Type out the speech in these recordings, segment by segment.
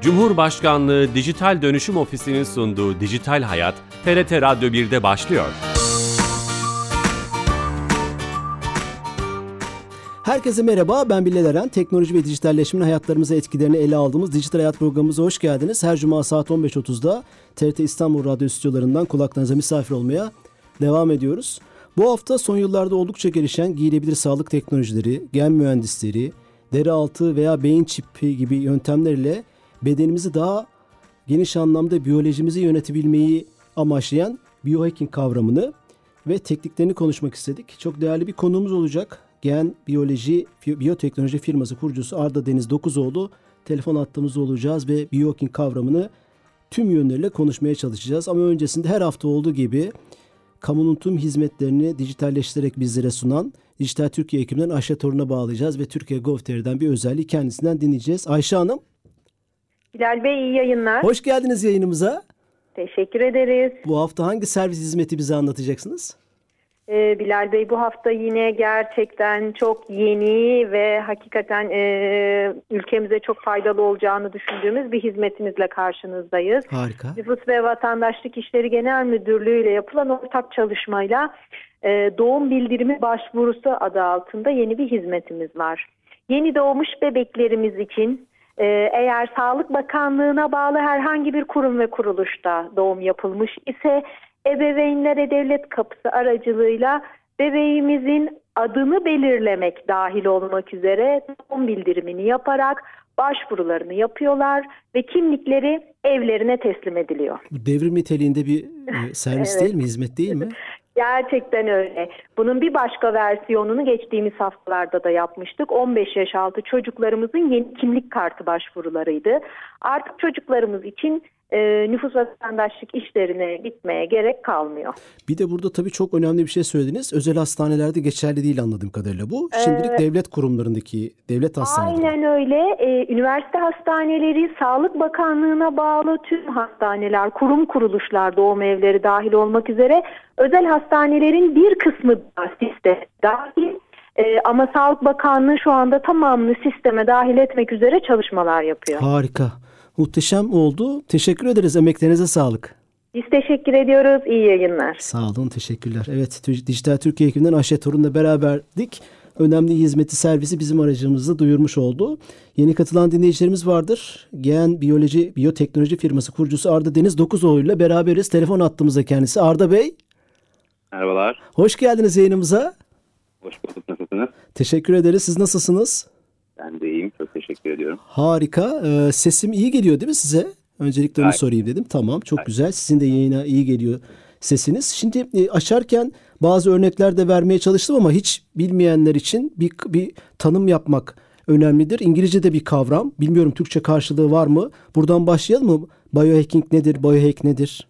Cumhurbaşkanlığı Dijital Dönüşüm Ofisi'nin sunduğu Dijital Hayat, TRT Radyo 1'de başlıyor. Herkese merhaba, ben Bilal Eren. Teknoloji ve dijitalleşmenin hayatlarımıza etkilerini ele aldığımız Dijital Hayat programımıza hoş geldiniz. Her cuma saat 15.30'da TRT İstanbul Radyo stüdyolarından kulaklarınıza misafir olmaya devam ediyoruz. Bu hafta son yıllarda oldukça gelişen giyilebilir sağlık teknolojileri, gen mühendisleri, deri altı veya beyin çipi gibi yöntemlerle bedenimizi daha geniş anlamda biyolojimizi yönetebilmeyi amaçlayan biohacking kavramını ve tekniklerini konuşmak istedik. Çok değerli bir konuğumuz olacak. Gen Biyoloji Biyoteknoloji firması kurucusu Arda Deniz Dokuzoğlu telefon attığımızda olacağız ve biohacking kavramını tüm yönleriyle konuşmaya çalışacağız. Ama öncesinde her hafta olduğu gibi kamunun tüm hizmetlerini dijitalleştirerek bizlere sunan Dijital Türkiye ekibinden Ayşe Torun'a bağlayacağız ve Türkiye Gov.tr'den bir özelliği kendisinden dinleyeceğiz. Ayşe Hanım. Bilal Bey, iyi yayınlar. Hoş geldiniz yayınımıza. Teşekkür ederiz. Bu hafta hangi servis hizmeti bize anlatacaksınız? Bilal Bey, bu hafta yine gerçekten çok yeni ve hakikaten ülkemize çok faydalı olacağını düşündüğümüz bir hizmetimizle karşınızdayız. Harika. Nüfus ve Vatandaşlık İşleri Genel Müdürlüğü ile yapılan ortak çalışmayla doğum bildirimi başvurusu adı altında yeni bir hizmetimiz var. Yeni doğmuş bebeklerimiz için eğer Sağlık Bakanlığı'na bağlı herhangi bir kurum ve kuruluşta doğum yapılmış ise ebeveynlere devlet kapısı aracılığıyla bebeğimizin adını belirlemek dahil olmak üzere doğum bildirimini yaparak başvurularını yapıyorlar ve kimlikleri evlerine teslim ediliyor. Bu devrim niteliğinde bir servis Evet. değil mi, hizmet değil mi? Gerçekten öyle. Bunun bir başka versiyonunu geçtiğimiz haftalarda da yapmıştık. 15 yaş altı çocuklarımızın yeni kimlik kartı başvurularıydı. Artık çocuklarımız için nüfus ve vatandaşlık işlerine gitmeye gerek kalmıyor. Bir de burada tabii çok önemli bir şey söylediniz. Özel hastanelerde geçerli değil anladığım kadarıyla bu. Şimdilik devlet kurumlarındaki, devlet hastaneleri. Aynen öyle. Üniversite hastaneleri, Sağlık Bakanlığı'na bağlı tüm hastaneler, kurum kuruluşlar, doğum evleri dahil olmak üzere özel hastanelerin bir kısmı da sisteme dahil. Ama Sağlık Bakanlığı şu anda tamamını sisteme dahil etmek üzere çalışmalar yapıyor. Harika. Muhteşem oldu. Teşekkür ederiz. Emeklerinize sağlık. Biz teşekkür ediyoruz. İyi yayınlar. Sağ olun. Teşekkürler. Evet, Dijital Türkiye ekibinden Ayşe Torun'la beraberdik. Önemli hizmeti, servisi bizim aracımızda duyurmuş oldu. Yeni katılan dinleyicilerimiz vardır. Gen Biyoloji Biyoteknoloji firması kurucusu Arda Deniz Dokuzoğlu ile beraberiz. Telefon attığımızda kendisi. Arda Bey. Merhabalar. Hoş geldiniz yayınımıza. Hoş bulduk. Nasılsınız? Teşekkür ederiz. Siz nasılsınız? Ben de iyiyim. Çok teşekkür ediyorum. Harika. Sesim iyi geliyor değil mi size? Öncelikle onu sorayım dedim. Tamam, çok güzel. Sizin de yayına iyi geliyor sesiniz. Şimdi açarken bazı örnekler de vermeye çalıştım ama hiç bilmeyenler için bir tanım yapmak önemlidir. İngilizce'de bir kavram. Bilmiyorum Türkçe karşılığı var mı? Buradan başlayalım mı? Biohacking nedir? Biohack nedir?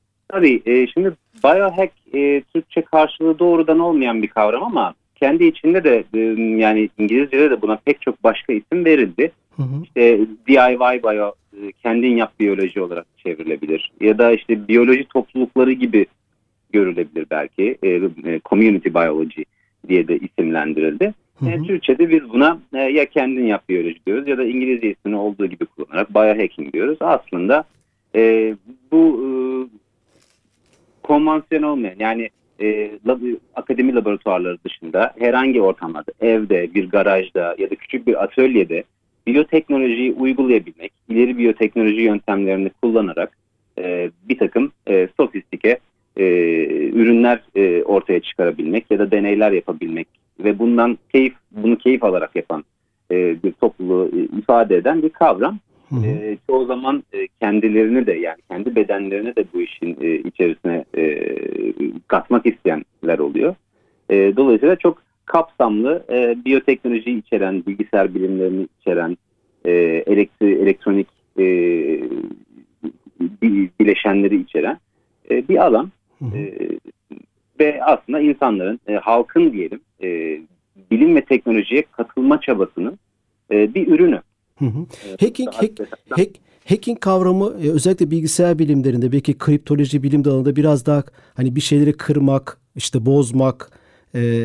Tabii. Şimdi biohack Türkçe karşılığı doğrudan olmayan bir kavram ama kendi içinde de yani İngilizce'de de buna pek çok başka isim verildi. Hı hı. İşte DIY bio, kendin yap biyoloji olarak çevrilebilir. Ya da işte biyoloji toplulukları gibi görülebilir belki. Community biology diye de isimlendirildi. Hı hı. Türkçe'de biz buna ya kendin yap biyoloji diyoruz ya da İngilizce ismini olduğu gibi kullanarak biohacking diyoruz. Aslında bu konvansiyonel olmayan yani akademi laboratuvarları dışında herhangi ortamlarda, evde, bir garajda ya da küçük bir atölyede biyoteknolojiyi uygulayabilmek, ileri biyoteknoloji yöntemlerini kullanarak bir takım sofistike ürünler ortaya çıkarabilmek ya da deneyler yapabilmek ve bunu keyif alarak yapan bir topluluğu ifade eden bir kavram. Hı hı. Çoğu zaman kendilerini de yani kendi bedenlerini de bu işin içerisine katmak isteyenler oluyor. Dolayısıyla çok kapsamlı biyoteknolojiyi içeren, bilgisayar bilimlerini içeren, elektronik bileşenleri içeren bir alan. Hı hı. Ve aslında insanların, halkın diyelim, bilim ve teknolojiye katılma çabasının bir ürünü. Hı hı. Hacking kavramı özellikle bilgisayar bilimlerinde, belki kriptoloji bilim dalında biraz daha hani bir şeyleri kırmak, işte bozmak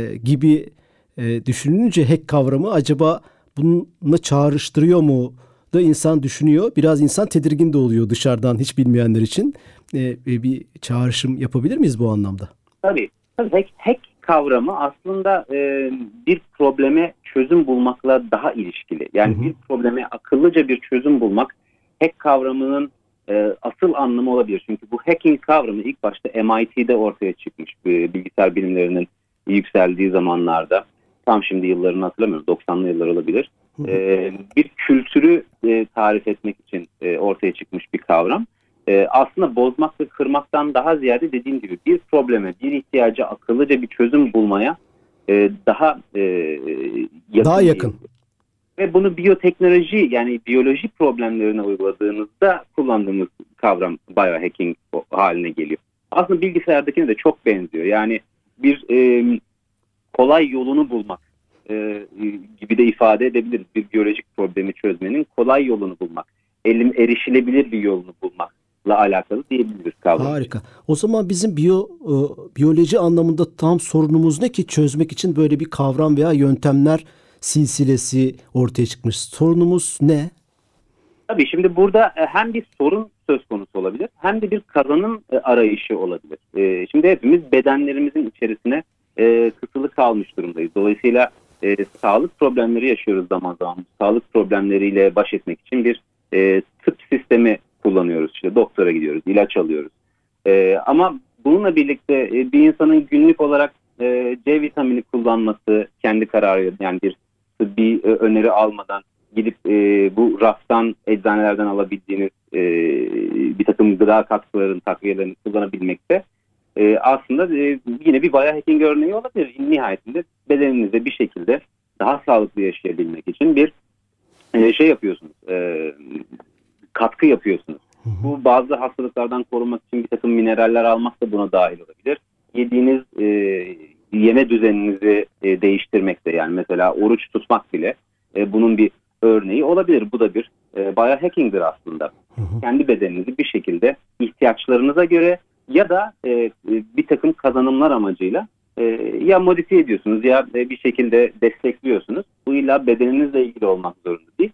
gibi düşününce hack kavramı acaba bununla çağrıştırıyor mu da insan düşünüyor. Biraz insan tedirgin de oluyor dışarıdan hiç bilmeyenler için. Bir çağrışım yapabilir miyiz bu anlamda? Tabii. Hack kavramı aslında bir probleme çözüm bulmakla daha ilişkili. Yani bir probleme akıllıca bir çözüm bulmak hack kavramının asıl anlamı olabilir. Çünkü bu hacking kavramı ilk başta MIT'de ortaya çıkmış, bilgisayar bilimlerinin yükseldiği zamanlarda. Tam şimdi yıllarını hatırlamıyorum, 90'lı yıllar olabilir. Bir kültürü tarif etmek için ortaya çıkmış bir kavram. Aslında bozmak ve kırmaktan daha ziyade dediğim gibi bir probleme, bir ihtiyaca akıllıca bir çözüm bulmaya daha yakın. Ve bunu biyoteknoloji, yani biyoloji problemlerine uyguladığınızda kullandığımız kavram biohacking haline geliyor. Aslında bilgisayardakine de çok benziyor. Yani bir kolay yolunu bulmak gibi de ifade edebiliriz. Bir biyolojik problemi çözmenin kolay yolunu bulmak, erişilebilir bir yolunu bulmakla alakalı diyebiliriz kavram. Harika. O zaman bizim biyoloji anlamında tam sorunumuz ne ki çözmek için böyle bir kavram veya yöntemler silsilesi ortaya çıkmış. Sorunumuz ne? Tabii şimdi burada hem bir sorun söz konusu olabilir hem de bir kazanım arayışı olabilir. Şimdi hepimiz bedenlerimizin içerisine kısılı kalmış durumdayız. Dolayısıyla sağlık problemleri yaşıyoruz zaman zaman. Sağlık problemleriyle baş etmek için bir tıp sistemi kullanıyoruz. İşte doktora gidiyoruz, ilaç alıyoruz. Ama bununla birlikte bir insanın günlük olarak C vitamini kullanması kendi kararı, yani bir tıbbi öneri almadan gidip bu raftan, eczanelerden alabildiğiniz bir takım gıda katkıların, takviyelerini kullanabilmekte aslında yine bir biohacking örneği olabilir. Nihayetinde bedeninizde bir şekilde daha sağlıklı yaşayabilmek için bir şey yapıyorsunuz, katkı yapıyorsunuz. Bu bazı hastalıklardan korunmak için bir takım mineraller almak da buna dahil olabilir. Yediğiniz yeme düzeninizi değiştirmek de, yani mesela oruç tutmak bile bunun bir örneği olabilir. Bu da bir biohacking'dir aslında. Kendi bedeninizi bir şekilde ihtiyaçlarınıza göre ya da bir takım kazanımlar amacıyla ya modifiye ediyorsunuz ya bir şekilde destekliyorsunuz. Bu illa bedeninizle ilgili olmak zorunda değil.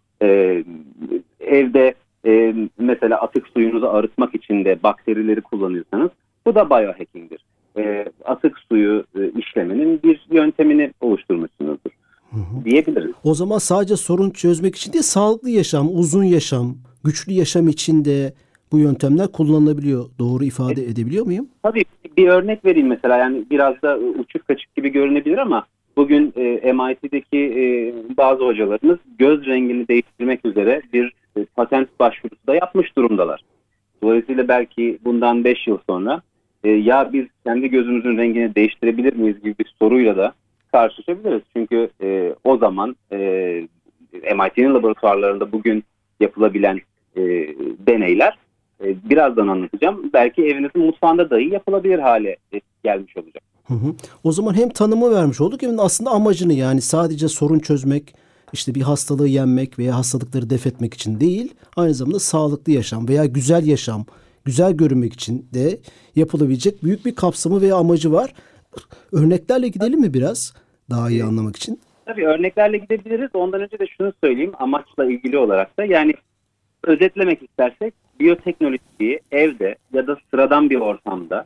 Evde mesela atık suyunuzu arıtmak için de bakterileri kullanıyorsanız bu da biohacking'dir. Atık suyu işlemenin bir yöntemini oluşturmuşsunuzdur diyebiliriz. O zaman sadece sorun çözmek için değil, sağlıklı yaşam, uzun yaşam, güçlü yaşam için de bu yöntemler kullanılabiliyor. Doğru ifade edebiliyor muyum? Tabii, bir örnek vereyim mesela, yani biraz da uçuk kaçık gibi görünebilir ama bugün MIT'deki bazı hocalarımız göz rengini değiştirmek üzere bir patent başvurusu da yapmış durumdalar. Dolayısıyla belki bundan 5 yıl sonra ya biz kendi gözümüzün rengini değiştirebilir miyiz gibi bir soruyla da karşılaşabiliriz. Çünkü o zaman MIT'nin laboratuvarlarında bugün yapılabilen deneyler birazdan anlatacağım. Belki evinizin mutfağında dahi yapılabilir hale gelmiş olacak. O zaman hem tanımı vermiş olduk hem de aslında amacını, yani sadece sorun çözmek, işte bir hastalığı yenmek veya hastalıkları def etmek için değil, aynı zamanda sağlıklı yaşam veya güzel yaşam, güzel görünmek için de yapılabilecek büyük bir kapsamı veya amacı var. Örneklerle gidelim mi biraz daha iyi anlamak için? Tabii örneklerle gidebiliriz. Ondan önce de şunu söyleyeyim amaçla ilgili olarak da, yani özetlemek istersek biyoteknolojiyi evde ya da sıradan bir ortamda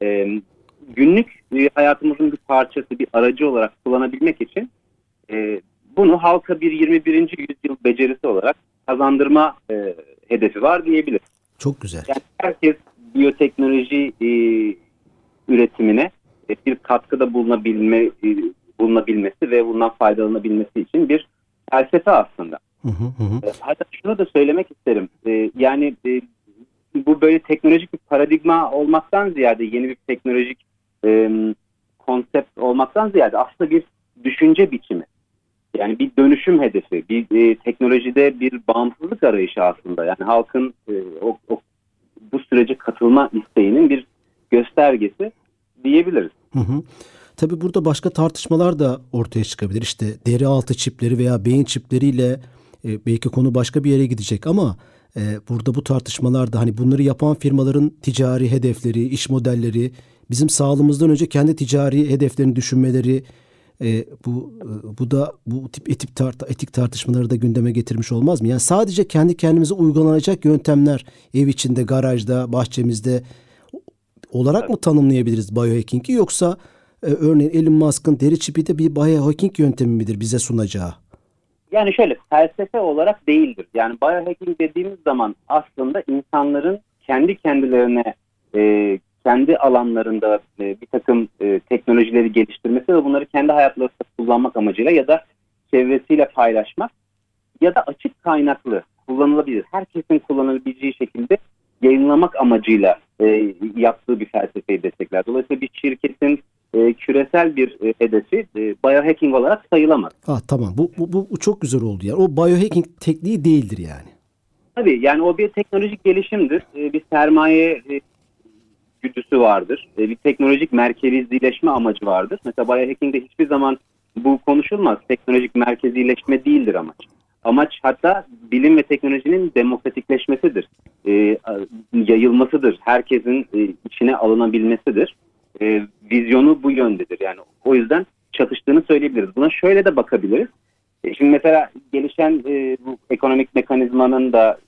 günlük hayatımızın bir parçası, bir aracı olarak kullanabilmek için bunu halka bir 21. yüzyıl becerisi olarak kazandırma hedefi var diyebiliriz. Çok güzel. Yani herkes biyoteknoloji üretimine bir katkıda bulunabilmesi ve bundan faydalanabilmesi için bir felsefe aslında. Hatta şunu da söylemek isterim. Yani bu böyle teknolojik bir paradigma olmaktan ziyade, yeni bir teknolojik konsept olmaktan ziyade aslında bir düşünce biçimi. Yani bir dönüşüm hedefi, bir teknolojide bir bağımsızlık arayışı aslında. Yani halkın bu sürece katılma isteğinin bir göstergesi diyebiliriz. Tabii burada başka tartışmalar da ortaya çıkabilir. İşte deri altı çipleri veya beyin çipleriyle belki konu başka bir yere gidecek ama burada bu tartışmalarda hani bunları yapan firmaların ticari hedefleri, iş modelleri, bizim sağlığımızdan önce kendi ticari hedeflerini düşünmeleri Bu tip etik tartışmaları da gündeme getirmiş olmaz mı? Yani sadece kendi kendimize uygulanacak yöntemler ev içinde, garajda, bahçemizde olarak mı tanımlayabiliriz biohacking'i, yoksa örneğin Elon Musk'ın deri çipi de bir biohacking yöntemi midir bize sunacağı? Yani şöyle, felsefe olarak değildir. Yani biohacking dediğimiz zaman aslında insanların kendi kendilerine kendi alanlarında bir takım teknolojileri geliştirmesi ve bunları kendi hayatlarında kullanmak amacıyla ya da çevresiyle paylaşmak ya da açık kaynaklı kullanılabilir, herkesin kullanabileceği şekilde yayınlamak amacıyla yaptığı bir felsefeyi destekler. Dolayısıyla bir şirketin küresel bir hedefi biohacking olarak sayılamaz. Tamam. Bu çok güzel oldu yani. O biohacking tekniği değildir yani. Tabii yani o bir teknolojik gelişimdir. Bir sermaye güdüsü vardır. Bir teknolojik merkezileşme amacı vardır. Mesela biohacking'de hiçbir zaman bu konuşulmaz. Teknolojik merkezileşme değildir amaç. Amaç hatta bilim ve teknolojinin demokratikleşmesidir. Yayılmasıdır. Herkesin içine alınabilmesidir. Vizyonu bu yöndedir. Yani o yüzden çatıştığını söyleyebiliriz. Buna şöyle de bakabiliriz. Şimdi mesela gelişen bu ekonomik mekanizmanın da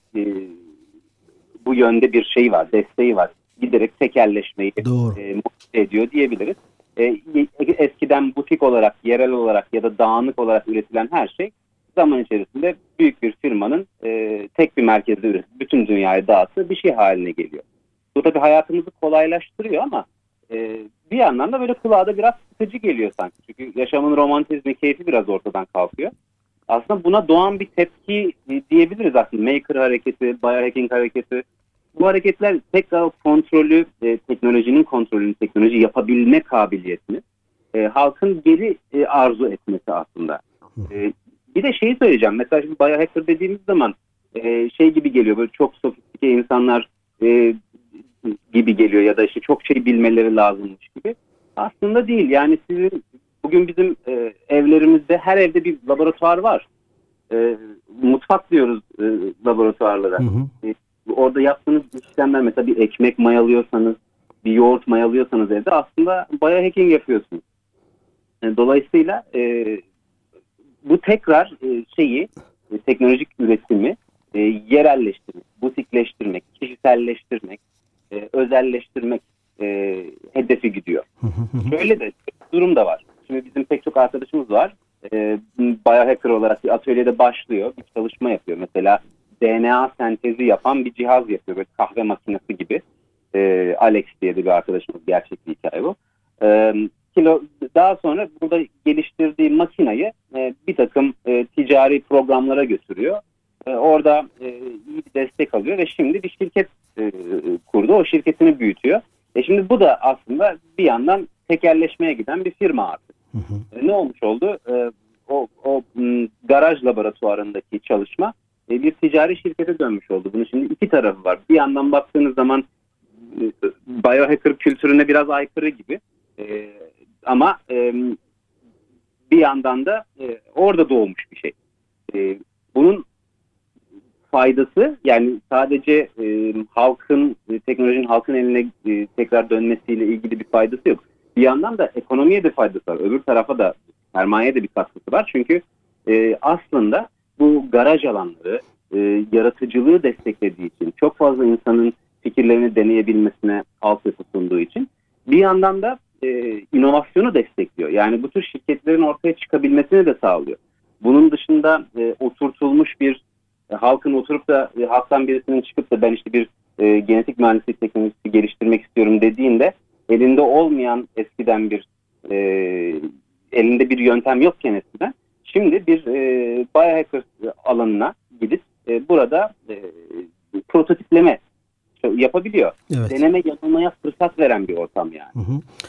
bu yönde bir şey var, desteği var. Giderek tekelleşmeyi motive ediyor diyebiliriz. Eskiden butik olarak, yerel olarak ya da dağınık olarak üretilen her şey zaman içerisinde büyük bir firmanın tek bir merkezde üretip bütün dünyaya dağıttığı bir şey haline geliyor. Bu tabii hayatımızı kolaylaştırıyor ama bir yandan da böyle kulağa da biraz sıkıcı geliyor sanki. Çünkü yaşamın romantizmi, keyfi biraz ortadan kalkıyor. Aslında buna doğan bir tepki diyebiliriz aslında. Maker hareketi, biohacking hareketi. Bu hareketler tekrar kontrolü, teknolojinin kontrolünü, teknoloji yapabilme kabiliyetini halkın geri arzu etmesi aslında. Bir de şeyi söyleyeceğim. Mesela şimdi biohacker dediğimiz zaman şey gibi geliyor, böyle çok sofistike insanlar gibi geliyor ya da işte çok şey bilmeleri lazımmış gibi. Aslında değil. Yani sizin bugün bizim evlerimizde, her evde bir laboratuvar var. Mutfak diyoruz laboratuvarlara. Orada yaptığınız işlemler, mesela bir ekmek mayalıyorsanız, bir yoğurt mayalıyorsanız evde aslında biohacking yapıyorsunuz. Dolayısıyla bu tekrar teknolojik üretimi yerelleştirmek, butikleştirmek, kişiselleştirmek, özelleştirmek hedefi gidiyor. Şöyle de bir durum da var. Şimdi bizim pek çok arkadaşımız var. Biohacker olarak bir atölyede başlıyor, bir çalışma yapıyor. Mesela DNA sentezi yapan bir cihaz yapıyor. Böyle kahve makinesi gibi. Alex diye de bir arkadaşımız, gerçek bir hikaye bu. Daha sonra burada geliştirdiği makinayı bir takım ticari programlara götürüyor. Orada iyi bir destek alıyor ve şimdi bir şirket kurdu. O şirketini büyütüyor. Şimdi bu da aslında bir yandan tekelleşmeye giden bir firma artık. Ne olmuş oldu? O garaj laboratuvarındaki çalışma bir ticari şirkete dönmüş oldu. Bunun şimdi iki tarafı var. Bir yandan baktığınız zaman biohacker kültürüne biraz aykırı gibi. Ama bir yandan da orada doğmuş bir şey. Bunun faydası, yani sadece teknolojinin halkın eline tekrar dönmesiyle ilgili bir faydası yok. Bir yandan da ekonomiye de faydası var. Öbür tarafa da, sermayeye de bir katkısı var. Çünkü aslında bu garaj alanları yaratıcılığı desteklediği için, çok fazla insanın fikirlerini deneyebilmesine altyapı sunduğu için bir yandan da inovasyonu destekliyor. Yani bu tür şirketlerin ortaya çıkabilmesini de sağlıyor. Bunun dışında oturtulmuş bir halkın oturup da halktan birisinin çıkıp da ben işte bir genetik mühendislik teknolojisi geliştirmek istiyorum dediğinde elinde olmayan, eskiden bir elinde bir yöntem yokken eskiden, şimdi bir biohacker alanına gidip burada prototipleme yapabiliyor. Evet. Deneme yapılmaya fırsat veren bir ortam yani.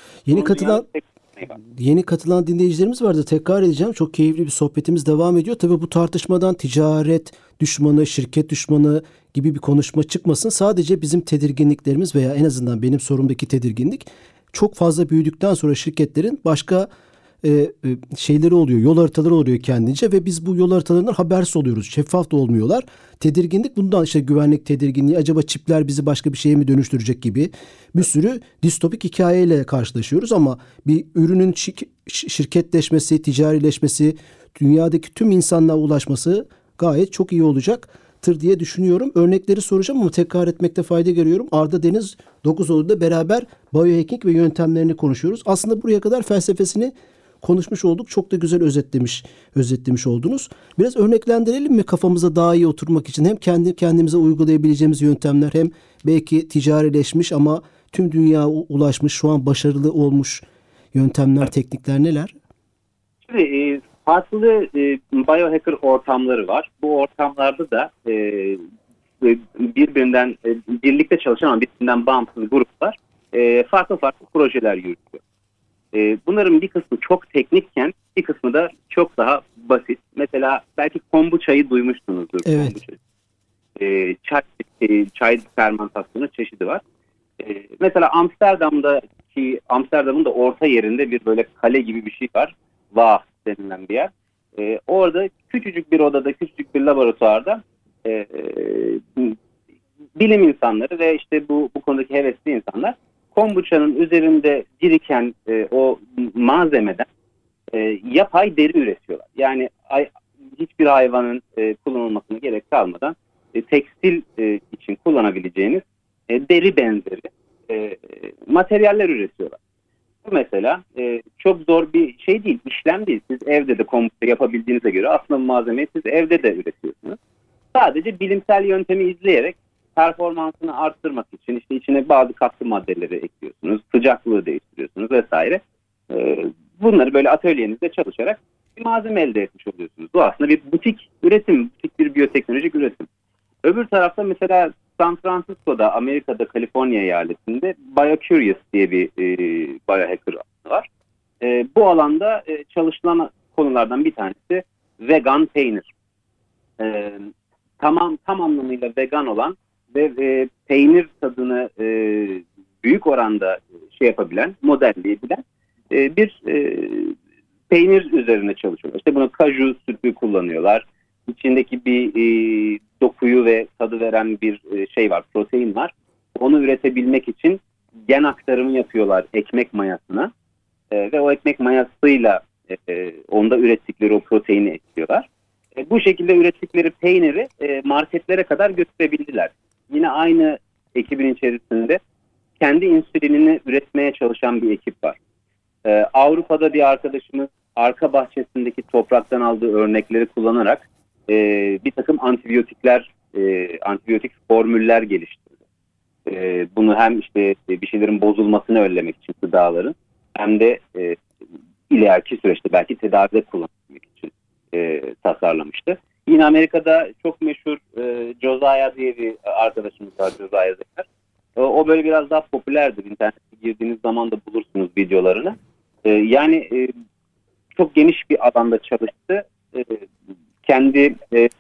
Yeni katılan dinleyicilerimiz vardı. Tekrar edeceğim. Çok keyifli bir sohbetimiz devam ediyor. Tabii bu tartışmadan ticaret düşmanı, şirket düşmanı gibi bir konuşma çıkmasın. Sadece bizim tedirginliklerimiz veya en azından benim sorumdaki tedirginlik, çok fazla büyüdükten sonra şirketlerin başka şeyleri oluyor, yol haritaları oluyor kendince ve biz bu yol haritalarından habersiz oluyoruz. Şeffaf da olmuyorlar. Tedirginlik bundan, işte güvenlik tedirginliği, acaba çipler bizi başka bir şeye mi dönüştürecek gibi bir sürü distopik hikayeyle karşılaşıyoruz ama bir ürünün şirketleşmesi, ticarileşmesi, dünyadaki tüm insanlığa ulaşması gayet çok iyi olacaktır diye düşünüyorum. Örnekleri soracağım ama tekrar etmekte fayda görüyorum. Arda Deniz Dokuzoğlu'yla beraber biohacking ve yöntemlerini konuşuyoruz. Aslında buraya kadar felsefesini konuşmuş olduk. Çok da güzel özetlemiş oldunuz. Biraz örneklendirelim mi kafamıza daha iyi oturmak için? Hem kendi kendimize uygulayabileceğimiz yöntemler, hem belki ticarileşmiş ama tüm dünyaya ulaşmış, şu an başarılı olmuş yöntemler, teknikler neler? Şimdi farklı biohacker ortamları var. Bu ortamlarda da birbirinden birlikte çalışan ama birbirinden bağımsız gruplar farklı projeler yürütüyor. Bunların bir kısmı çok teknikken bir kısmı da çok daha basit. Mesela belki kombuçayı duymuşsunuzdur. Evet. Kombuça. Çay fermentasyonu çeşidi var. Mesela Amsterdam'ın da orta yerinde bir böyle kale gibi bir şey var. Waag denilen bir yer. Orada küçücük bir odada, küçücük bir laboratuvarda bilim insanları ve işte bu konudaki hevesli insanlar kombuçanın üzerinde biriken o malzemeden yapay deri üretiyorlar. Yani hiçbir hayvanın kullanılmasına gerek kalmadan tekstil için kullanabileceğiniz deri benzeri materyaller üretiyorlar. Bu mesela çok zor bir şey değil, işlem değil. Siz evde de kombuça yapabildiğinize göre aslında bu malzemeyi siz evde de üretiyorsunuz. Sadece bilimsel yöntemi izleyerek performansını arttırmak için işte içine bazı katkı maddeleri ekliyorsunuz, sıcaklığı değiştiriyorsunuz vesaire. Bunları böyle atölyenizde çalışarak bir malzeme elde etmiş oluyorsunuz. Bu aslında bir butik üretim, butik bir biyoteknolojik üretim. Öbür tarafta mesela San Francisco'da, Amerika'da, Kaliforniya eyaletinde BioCurious diye bir biohacker var. Bu alanda çalışılan konulardan bir tanesi vegan peynir. Tam anlamıyla vegan olan ve peynir tadını büyük oranda yapabilen, modelleyebilen bir peynir üzerine çalışıyorlar. İşte bunu kaju sütü kullanıyorlar. İçindeki bir dokuyu ve tadı veren bir şey var, protein var. Onu üretebilmek için gen aktarımı yapıyorlar ekmek mayasına ve o ekmek mayasıyla onda ürettikleri o proteini ekliyorlar. Bu şekilde ürettikleri peyniri marketlere kadar götürebildiler. Yine aynı ekibin içerisinde kendi insülinini üretmeye çalışan bir ekip var. Avrupa'da bir arkadaşımız arka bahçesindeki topraktan aldığı örnekleri kullanarak bir takım antibiyotik formüller geliştirdi. Bunu hem işte bir şeylerin bozulmasını önlemek için gıdaların, hem de ileriki süreçte belki tedavide kullanılmak için tasarlamıştı. Yine Amerika'da çok meşhur Josiah diye bir arkadaşımız var, Josiah Zeker. O böyle biraz daha popülerdir. İnternete girdiğiniz zaman da bulursunuz videolarını. Yani çok geniş bir alanda çalıştı. Kendi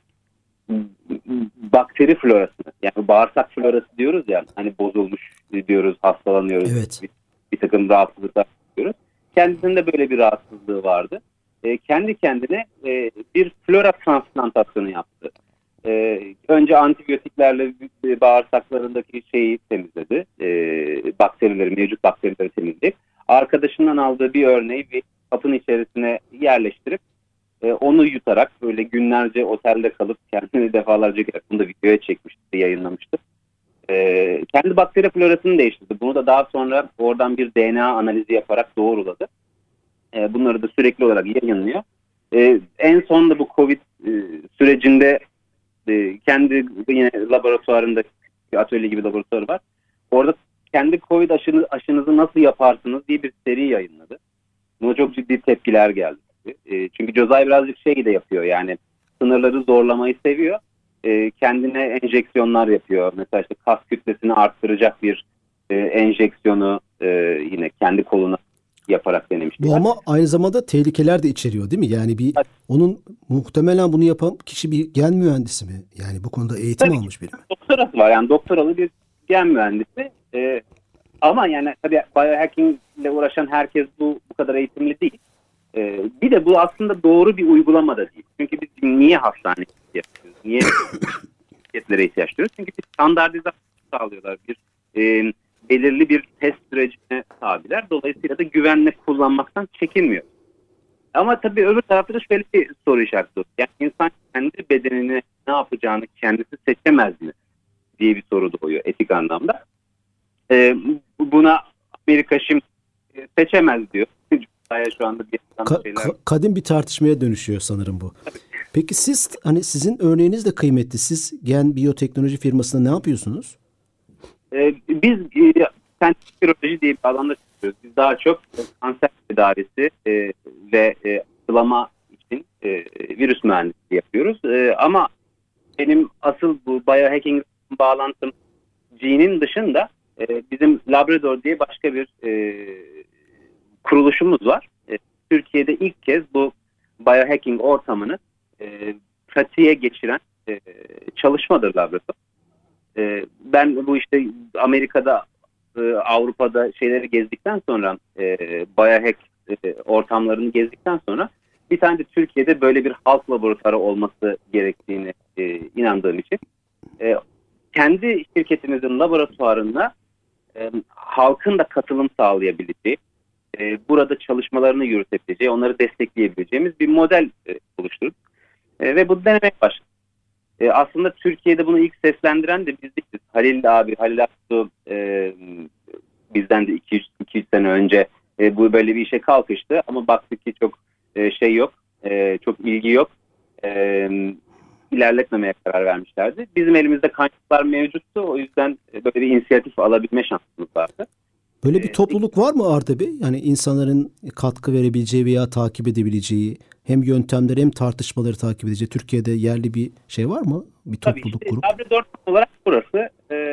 bakteri florasını, yani bağırsak florası diyoruz ya, hani bozulmuş diyoruz, hastalanıyoruz, evet. bir takım rahatsızlıklar diyoruz. Kendisinde böyle bir rahatsızlığı vardı. Kendi kendine bir flora transplantasyonu yaptı. Önce antibiyotiklerle bağırsaklarındaki şeyi temizledi. Mevcut bakterileri temizledi. Arkadaşından aldığı bir örneği bir kapın içerisine yerleştirip onu yutarak böyle günlerce otelde kalıp kendini defalarca bunu da videoya çekmişti, yayınlamıştı. Kendi bakteri florasını değiştirdi. Bunu da daha sonra oradan bir DNA analizi yaparak doğruladı. Bunları da sürekli olarak yayınlıyor. En son da bu Covid sürecinde kendi yine laboratuvarında, bir atölye gibi laboratuvarı var. Orada kendi Covid aşınızı nasıl yaparsınız diye bir seri yayınladı. Buna çok ciddi tepkiler geldi. Çünkü Josiah birazcık şey de yapıyor, yani sınırları zorlamayı seviyor. Kendine enjeksiyonlar yapıyor. Mesela işte kas kütlesini arttıracak bir enjeksiyonu yine kendi koluna yaparak denemişti. Bu ama aynı zamanda tehlikeler de içeriyor değil mi? Yani onun muhtemelen bunu yapan kişi bir gen mühendisi mi? Yani bu konuda eğitim almış biri mi? Doktorası var, yani doktoralı bir gen mühendisi. Ama yani tabii biohacking ile uğraşan herkes bu kadar eğitimli değil. Bir de bu aslında doğru bir uygulama da değil. Çünkü biz niye hastane yapıyoruz? Niye şirketlere ihtiyaç duyuyoruz? Çünkü bir standartizasyon sağlıyorlar. Belirli bir test sürecine tabiler. Dolayısıyla da güvenle kullanmaktan çekinmiyor. Ama tabii öbür tarafta da şöyle bir soru işareti var. Yani insan kendi bedenini ne yapacağını kendisi seçemez mi diye bir soru doğuyor etik anlamda. Buna Amerika şimdi seçemez diyor. Şu anda bir kadim bir tartışmaya dönüşüyor sanırım bu. Peki siz, hani sizin örneğiniz de kıymetli. Siz gen biyoteknoloji firmasında ne yapıyorsunuz? Biz sentetik viroloji diye bir alanda çalışıyoruz. Biz daha çok kanser tedavisi ve aşılama için virüs mühendisliği yapıyoruz. Ama benim asıl bu biohacking bağlantım gene'in dışında bizim Labrador diye başka bir kuruluşumuz var. Türkiye'de ilk kez bu biohacking ortamını pratiğe geçiren çalışmadır Labrador. Ben bu işte Amerika'da, Avrupa'da şeyleri gezdikten sonra, biohack ortamlarını gezdikten sonra bir tane de Türkiye'de böyle bir halk laboratuvarı olması gerektiğini inandığım için kendi şirketimizin laboratuvarında halkın da katılım sağlayabileceği, burada çalışmalarını yürütebileceği, onları destekleyebileceğimiz bir model oluşturduk. Ve bu denemeye başladık. Aslında Türkiye'de bunu ilk seslendiren de bizdik. Halil Aksu bizden de 2-3 sene önce bu böyle bir işe kalkıştı. Ama baktık ki çok şey yok, çok ilgi yok. İlerletmemeye karar vermişlerdi. Bizim elimizde kaynaklar mevcuttu. O yüzden böyle bir inisiyatif alabilme şansımız vardı. Böyle bir topluluk var mı Arda Bey? Yani insanların katkı verebileceği veya takip edebileceği, hem yöntemleri hem tartışmaları takip edeceği Türkiye'de yerli bir şey var mı? Bir topluluk, grup? Labrador olarak burası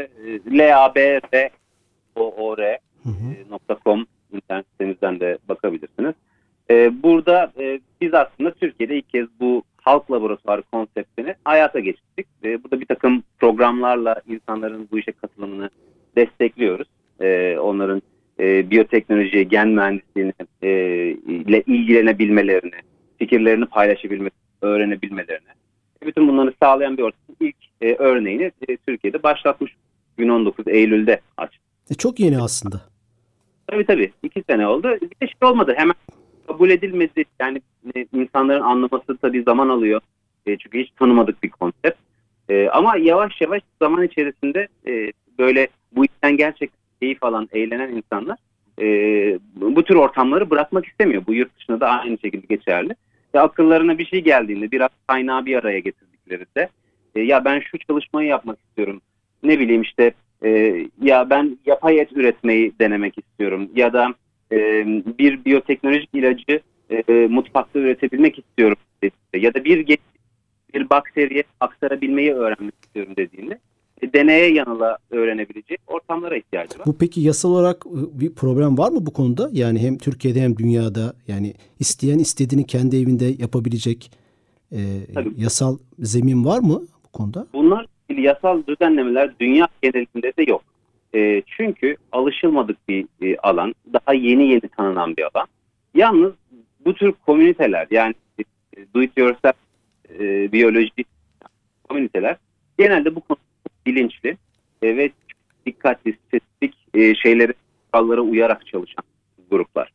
labrador.com internet sitemizden de bakabilirsiniz. Burada biz aslında Türkiye'de ilk kez bu halk laboratuvarı konseptini hayata geçirdik. Burada bir takım programlarla insanların bu işe katılımını destekliyoruz. Onların biyoteknolojiye, gen mühendisliğine ile ilgilenebilmelerini, fikirlerini paylaşabilmelerini, öğrenebilmelerini. Bütün bunları sağlayan bir ortamın ilk örneğini Türkiye'de başlatmış. 2019 Eylül'de açtık. Çok yeni aslında. Tabii. 2 sene oldu. Bir de şey olmadı. Hemen kabul edilmedi. Yani insanların anlaması tabii zaman alıyor. Çünkü hiç tanımadık bir konsept. Ama yavaş yavaş zaman içerisinde böyle bu işten gerçekten keyif alan, eğlenen insanlar bu tür ortamları bırakmak istemiyor. Bu yurt dışında da aynı şekilde geçerli. Akıllarına bir şey geldiğinde, biraz kaynağı bir araya getirdiklerinde ya ben şu çalışmayı yapmak istiyorum. Ne bileyim işte ya ben yapay et üretmeyi denemek istiyorum. Ya da bir biyoteknolojik ilacı mutfakta üretebilmek istiyorum dediğinde. Ya da bir bakteriye aktarabilmeyi öğrenmek istiyorum dediğinde deneye yanıla öğrenebileceği ortamlara ihtiyacı var. Bu peki yasal olarak bir problem var mı bu konuda? Yani hem Türkiye'de hem dünyada, yani isteyen istediğini kendi evinde yapabilecek yasal zemin var mı bu konuda? Bunlar ilgili yasal düzenlemeler dünya genelinde de yok. Çünkü alışılmadık bir alan, daha yeni tanınan bir alan. Yalnız bu tür komüniteler, yani do it yourself biyoloji komüniteler genelde bu konuda bilinçli ve dikkatli, spesifik kurallara uyarak çalışan gruplar.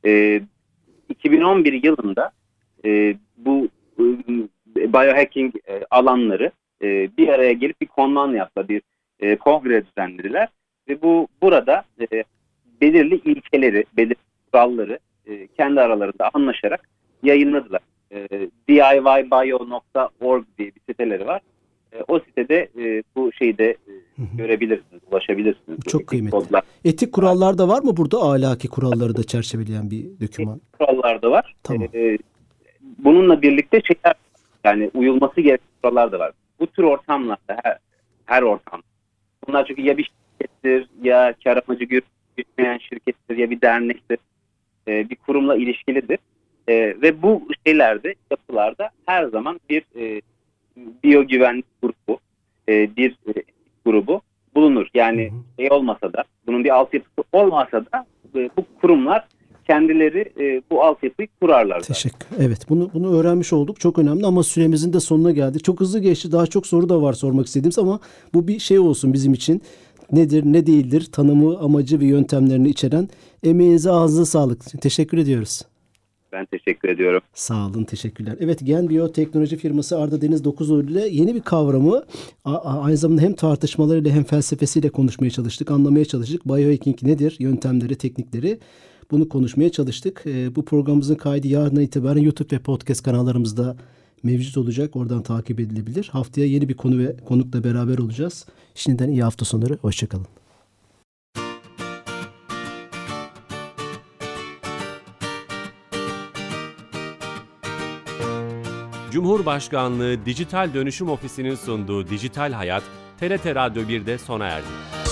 2011 yılında bu biohacking alanları bir araya gelip bir konman yaptılar, bir kongre düzenlediler ve burada belirli ilkeleri, belirli kuralları kendi aralarında anlaşarak yayınladılar. DIYbio.org diye bir siteleri var. O sitede bu şeyi de görebilirsiniz, ulaşabilirsiniz. Çok kıymetli. Etik kurallar da var mı burada? Ahlaki kuralları da çerçeveleyen bir doküman. Etik kurallar da var. Tamam. Bununla birlikte yani uyulması gereken kurallar da var. Bu tür ortamlarda her ortam. Bunlar çünkü ya bir şirkettir, ya kar amacı gütmeyen şirkettir, ya bir dernektir. Bir kurumla ilişkilidir. Ve bu yapılarda her zaman bir biyogüvenlik grubu, bir grubu bulunur. Yani olmasa da, bunun bir altyapısı olmasa da bu kurumlar kendileri bu altyapıyı kurarlar zaten. Teşekkür. Evet, bunu öğrenmiş olduk. Çok önemli ama süremizin de sonuna geldik. Çok hızlı geçti. Daha çok soru da var sormak istediğimiz ama bu bir şey olsun bizim için. Nedir, ne değildir, tanımı, amacı ve yöntemlerini içeren. Emeğinize, ağzınıza sağlık. Teşekkür ediyoruz. Ben teşekkür ediyorum. Sağ olun, teşekkürler. Evet, Gen Biyoteknoloji firması Arda Deniz Dokuzoğlu ile yeni bir kavramı aynı zamanda hem tartışmalarıyla hem felsefesiyle konuşmaya çalıştık, anlamaya çalıştık. Biohacking nedir, yöntemleri, teknikleri, bunu konuşmaya çalıştık. Bu programımızın kaydı yarından itibaren YouTube ve podcast kanallarımızda mevcut olacak. Oradan takip edilebilir. Haftaya yeni bir konu ve konukla beraber olacağız. Şimdiden iyi hafta sonları. Hoşçakalın. Cumhurbaşkanlığı Dijital Dönüşüm Ofisi'nin sunduğu Dijital Hayat, TRT Radyo 1'de sona erdi.